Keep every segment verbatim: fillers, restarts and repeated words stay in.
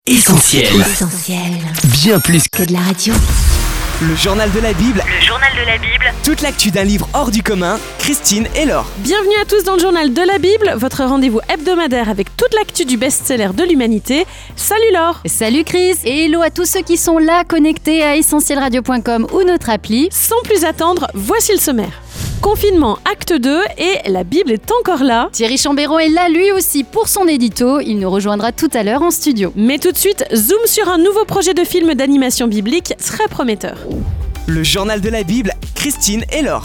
Essentiel. Essentiel. Bien plus Que de la radio. Le journal de la Bible. Le journal de la Bible. Toute l'actu d'un livre hors du commun. Christine et Laure. Bienvenue à tous dans le journal de la Bible, votre rendez-vous hebdomadaire avec toute l'actu du best-seller de l'humanité. Salut Laure. Salut Chris et hello à tous ceux qui sont là connectés à essentiel radio point com ou notre appli. Sans plus attendre, voici le sommaire. Confinement, acte deux et la Bible est encore là. Thierry Chambéron est là lui aussi pour son édito, il nous rejoindra tout à l'heure en studio. Mais tout de suite, zoom sur un nouveau projet de film d'animation biblique très prometteur. Le journal de la Bible, Christine et Laure.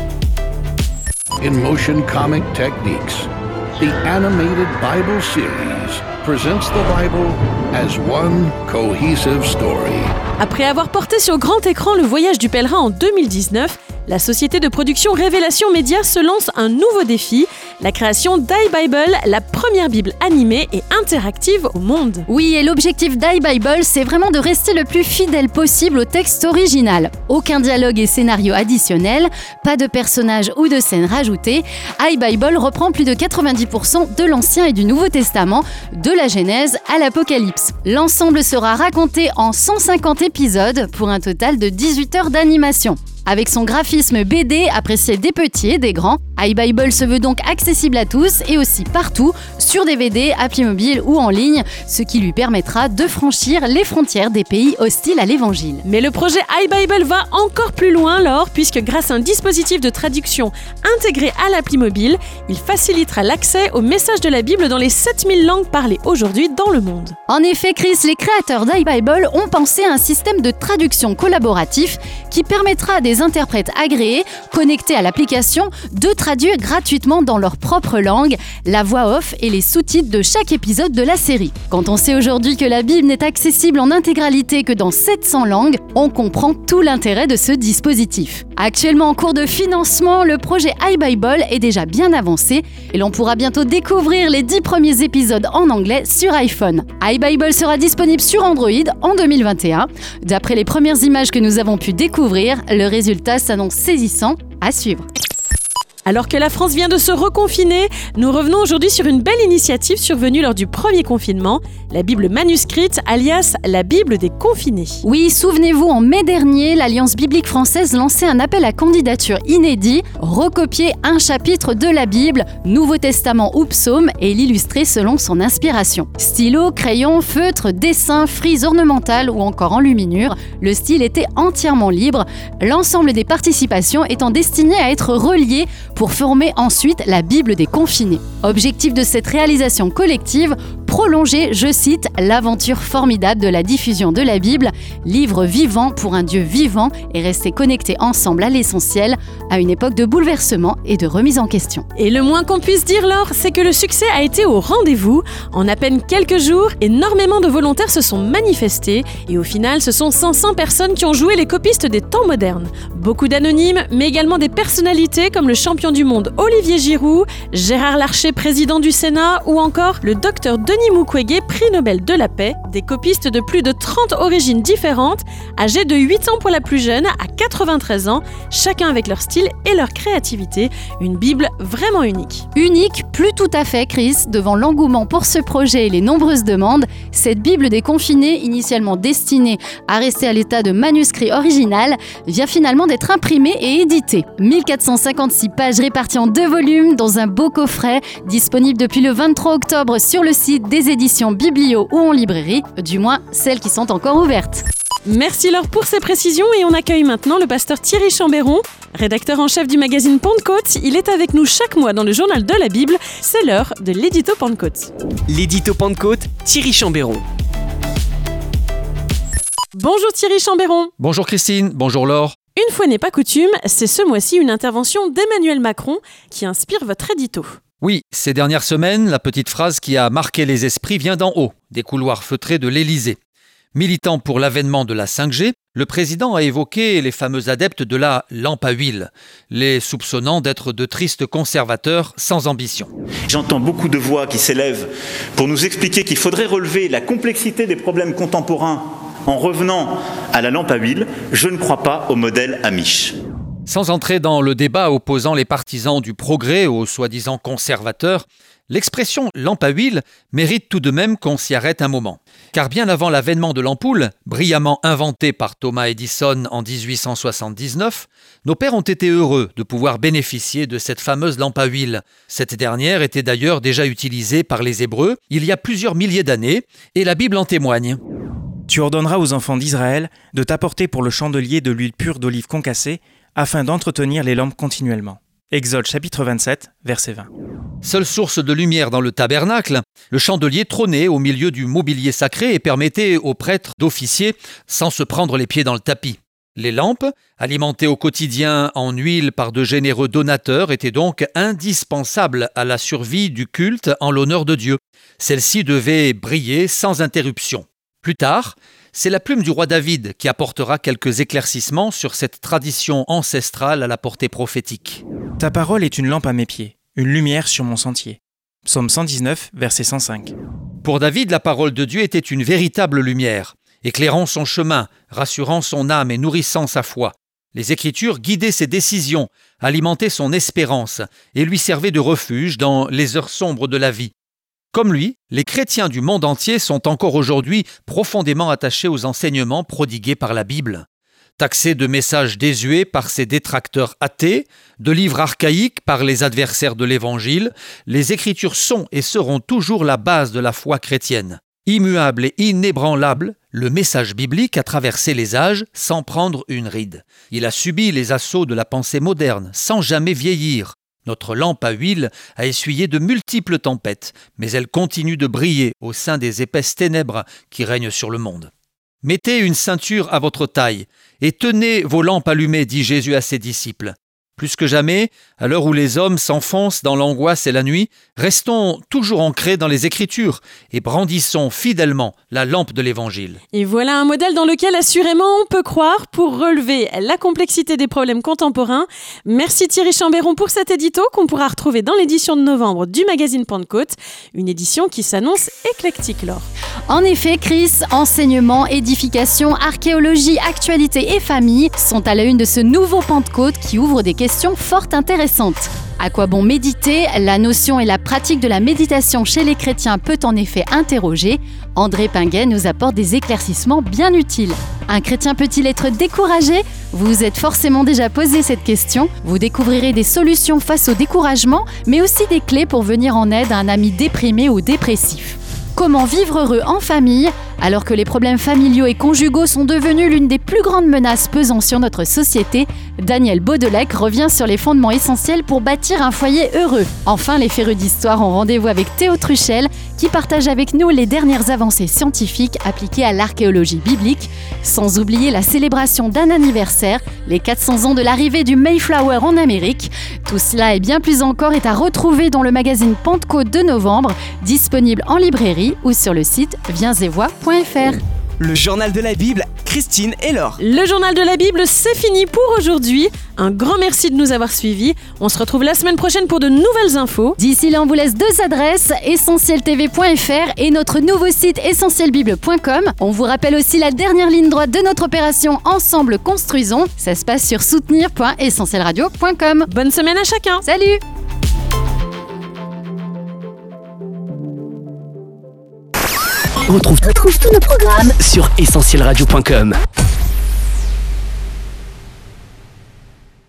In Motion Comic Techniques, the animated Bible series presents the Bible as one cohesive story. Après avoir porté sur grand écran le voyage du pèlerin en deux mille dix-neuf, la société de production Révélation Média se lance un nouveau défi, la création d'iBible, la première Bible animée et interactive au monde. Oui, et l'objectif d'iBible, c'est vraiment de rester le plus fidèle possible au texte original. Aucun dialogue et scénario additionnel, pas de personnages ou de scènes rajoutées. iBible reprend plus de quatre-vingt-dix pour cent de l'Ancien et du Nouveau Testament, de la Genèse à l'Apocalypse. L'ensemble sera raconté en cent cinquante épisodes pour un total de dix-huit heures d'animation. Avec son graphisme B D apprécié des petits et des grands, iBible se veut donc accessible à tous et aussi partout, sur D V D, appli mobile ou en ligne, ce qui lui permettra de franchir les frontières des pays hostiles à l'évangile. Mais le projet iBible va encore plus loin, Laure, puisque grâce à un dispositif de traduction intégré à l'appli mobile, il facilitera l'accès aux messages de la Bible dans les sept mille langues parlées aujourd'hui dans le monde. En effet, Chris, les créateurs d'iBible ont pensé à un système de traduction collaboratif qui permettra à des interprètes agréés, connectés à l'application, de traduire gratuitement dans leur propre langue la voix off et les sous-titres de chaque épisode de la série. Quand on sait aujourd'hui que la Bible n'est accessible en intégralité que dans sept cents langues, on comprend tout l'intérêt de ce dispositif. Actuellement en cours de financement, le projet iBible est déjà bien avancé et l'on pourra bientôt découvrir les dix premiers épisodes en anglais sur iPhone. iBible sera disponible sur Android en deux mille vingt et un. D'après les premières images que nous avons pu découvrir, le résultat s'annonce saisissant. À suivre. Alors que la France vient de se reconfiner, nous revenons aujourd'hui sur une belle initiative survenue lors du premier confinement, la Bible manuscrite, alias la Bible des confinés. Oui, souvenez-vous, en mai dernier, l'Alliance biblique française lançait un appel à candidature inédit, recopier un chapitre de la Bible, Nouveau Testament ou Psaume, et l'illustrer selon son inspiration. Stylo, crayon, feutre, dessin, frise ornementale ou encore enluminure, le style était entièrement libre, l'ensemble des participations étant destiné à être relié pour former ensuite la Bible des confinés. Objectif de cette réalisation collective, prolonger, je cite, l'aventure formidable de la diffusion de la Bible, livre vivant pour un Dieu vivant et rester connectés ensemble à l'essentiel, à une époque de bouleversement et de remise en question. Et le moins qu'on puisse dire, Laure, c'est que le succès a été au rendez-vous. En à peine quelques jours, énormément de volontaires se sont manifestés et au final, ce sont cinq cents personnes qui ont joué les copistes des temps modernes. Beaucoup d'anonymes, mais également des personnalités comme le champion du monde Olivier Giroud, Gérard Larcher, président du Sénat, ou encore le docteur Denis Mukwege, prix Nobel de la paix, des copistes de plus de trente origines différentes, âgés de huit ans pour la plus jeune à quatre-vingt-treize ans, chacun avec leur style et leur créativité, une Bible vraiment unique. Unique, plus tout à fait, Chris, devant l'engouement pour ce projet et les nombreuses demandes, cette Bible des confinés, initialement destinée à rester à l'état de manuscrit original, vient finalement d'être imprimée et éditée. mille quatre cent cinquante-six pages réparties en deux volumes dans un beau coffret, disponible depuis le vingt-trois octobre sur le site des éditions Biblio ou en librairie, du moins celles qui sont encore ouvertes. Merci Laure pour ces précisions et on accueille maintenant le pasteur Thierry Chambéron, rédacteur en chef du magazine Pentecôte. Il est avec nous chaque mois dans le journal de la Bible. C'est l'heure de l'édito Pentecôte. L'édito Pentecôte, Thierry Chambéron. Bonjour Thierry Chambéron. Bonjour Christine, bonjour Laure. Une fois n'est pas coutume, c'est ce mois-ci une intervention d'Emmanuel Macron qui inspire votre édito. Oui, ces dernières semaines, la petite phrase qui a marqué les esprits vient d'en haut, des couloirs feutrés de l'Élysée. Militant pour l'avènement de la cinq G, le président a évoqué les fameux adeptes de la lampe à huile, les soupçonnant d'être de tristes conservateurs sans ambition. J'entends beaucoup de voix qui s'élèvent pour nous expliquer qu'il faudrait relever la complexité des problèmes contemporains en revenant à la lampe à huile. Je ne crois pas au modèle Amish. Sans entrer dans le débat opposant les partisans du progrès aux soi-disant conservateurs, l'expression « lampe à huile » mérite tout de même qu'on s'y arrête un moment. Car bien avant l'avènement de l'ampoule, brillamment inventée par Thomas Edison en dix-huit cent soixante-dix-neuf, nos pères ont été heureux de pouvoir bénéficier de cette fameuse lampe à huile. Cette dernière était d'ailleurs déjà utilisée par les Hébreux il y a plusieurs milliers d'années, et la Bible en témoigne. Tu ordonneras aux enfants d'Israël de t'apporter pour le chandelier de l'huile pure d'olive concassée, afin d'entretenir les lampes continuellement. Exode chapitre vingt-sept, verset vingt. Seule source de lumière dans le tabernacle, le chandelier trônait au milieu du mobilier sacré et permettait aux prêtres d'officier sans se prendre les pieds dans le tapis. Les lampes, alimentées au quotidien en huile par de généreux donateurs, étaient donc indispensables à la survie du culte en l'honneur de Dieu. Celles-ci devaient briller sans interruption. Plus tard, c'est la plume du roi David qui apportera quelques éclaircissements sur cette tradition ancestrale à la portée prophétique. Ta parole est une lampe à mes pieds, une lumière sur mon sentier. Psaume cent dix-neuf, verset cent cinq. Pour David, la parole de Dieu était une véritable lumière, éclairant son chemin, rassurant son âme et nourrissant sa foi. Les Écritures guidaient ses décisions, alimentaient son espérance et lui servaient de refuge dans les heures sombres de la vie. Comme lui, les chrétiens du monde entier sont encore aujourd'hui profondément attachés aux enseignements prodigués par la Bible. Taxés de messages désuets par ses détracteurs athées, de livres archaïques par les adversaires de l'Évangile, les Écritures sont et seront toujours la base de la foi chrétienne. Immuable et inébranlable, le message biblique a traversé les âges sans prendre une ride. Il a subi les assauts de la pensée moderne sans jamais vieillir. Notre lampe à huile a essuyé de multiples tempêtes, mais elle continue de briller au sein des épaisses ténèbres qui règnent sur le monde. Mettez une ceinture à votre taille et tenez vos lampes allumées, dit Jésus à ses disciples. Plus que jamais, à l'heure où les hommes s'enfoncent dans l'angoisse et la nuit, restons toujours ancrés dans les Écritures et brandissons fidèlement la lampe de l'Évangile. Et voilà un modèle dans lequel assurément on peut croire pour relever la complexité des problèmes contemporains. Merci Thierry Chambéron pour cet édito qu'on pourra retrouver dans l'édition de novembre du magazine Pentecôte, une édition qui s'annonce éclectique, Laure. En effet, Chris, enseignement, édification, archéologie, actualité et famille sont à la une de ce nouveau Pentecôte qui ouvre des questions fort intéressantes. À quoi bon méditer ? La notion et la pratique de la méditation chez les chrétiens peut en effet interroger. André Pinguet nous apporte des éclaircissements bien utiles. Un chrétien peut-il être découragé ? Vous vous êtes forcément déjà posé cette question. Vous découvrirez des solutions face au découragement, mais aussi des clés pour venir en aide à un ami déprimé ou dépressif. Comment vivre heureux en famille ? Alors que les problèmes familiaux et conjugaux sont devenus l'une des plus grandes menaces pesant sur notre société, Daniel Baudelec revient sur les fondements essentiels pour bâtir un foyer heureux. Enfin, les férus d'histoire ont rendez-vous avec Théo Truchel, qui partage avec nous les dernières avancées scientifiques appliquées à l'archéologie biblique, sans oublier la célébration d'un anniversaire, les quatre cents ans de l'arrivée du Mayflower en Amérique. Tout cela et bien plus encore est à retrouver dans le magazine Pentecôte de novembre, disponible en librairie ou sur le site viens et vois point f r. Le journal de la Bible, Christine et Laure. Le journal de la Bible, c'est fini pour aujourd'hui. Un grand merci de nous avoir suivis. On se retrouve la semaine prochaine pour de nouvelles infos. D'ici là, on vous laisse deux adresses, essentiel t v point f r et notre nouveau site essentiel bible point com. On vous rappelle aussi la dernière ligne droite de notre opération Ensemble Construisons. Ça se passe sur soutenir point essentiel radio point com. Bonne semaine à chacun. Salut! On retrouve, retrouve tous nos programmes sur essentiel radio point com.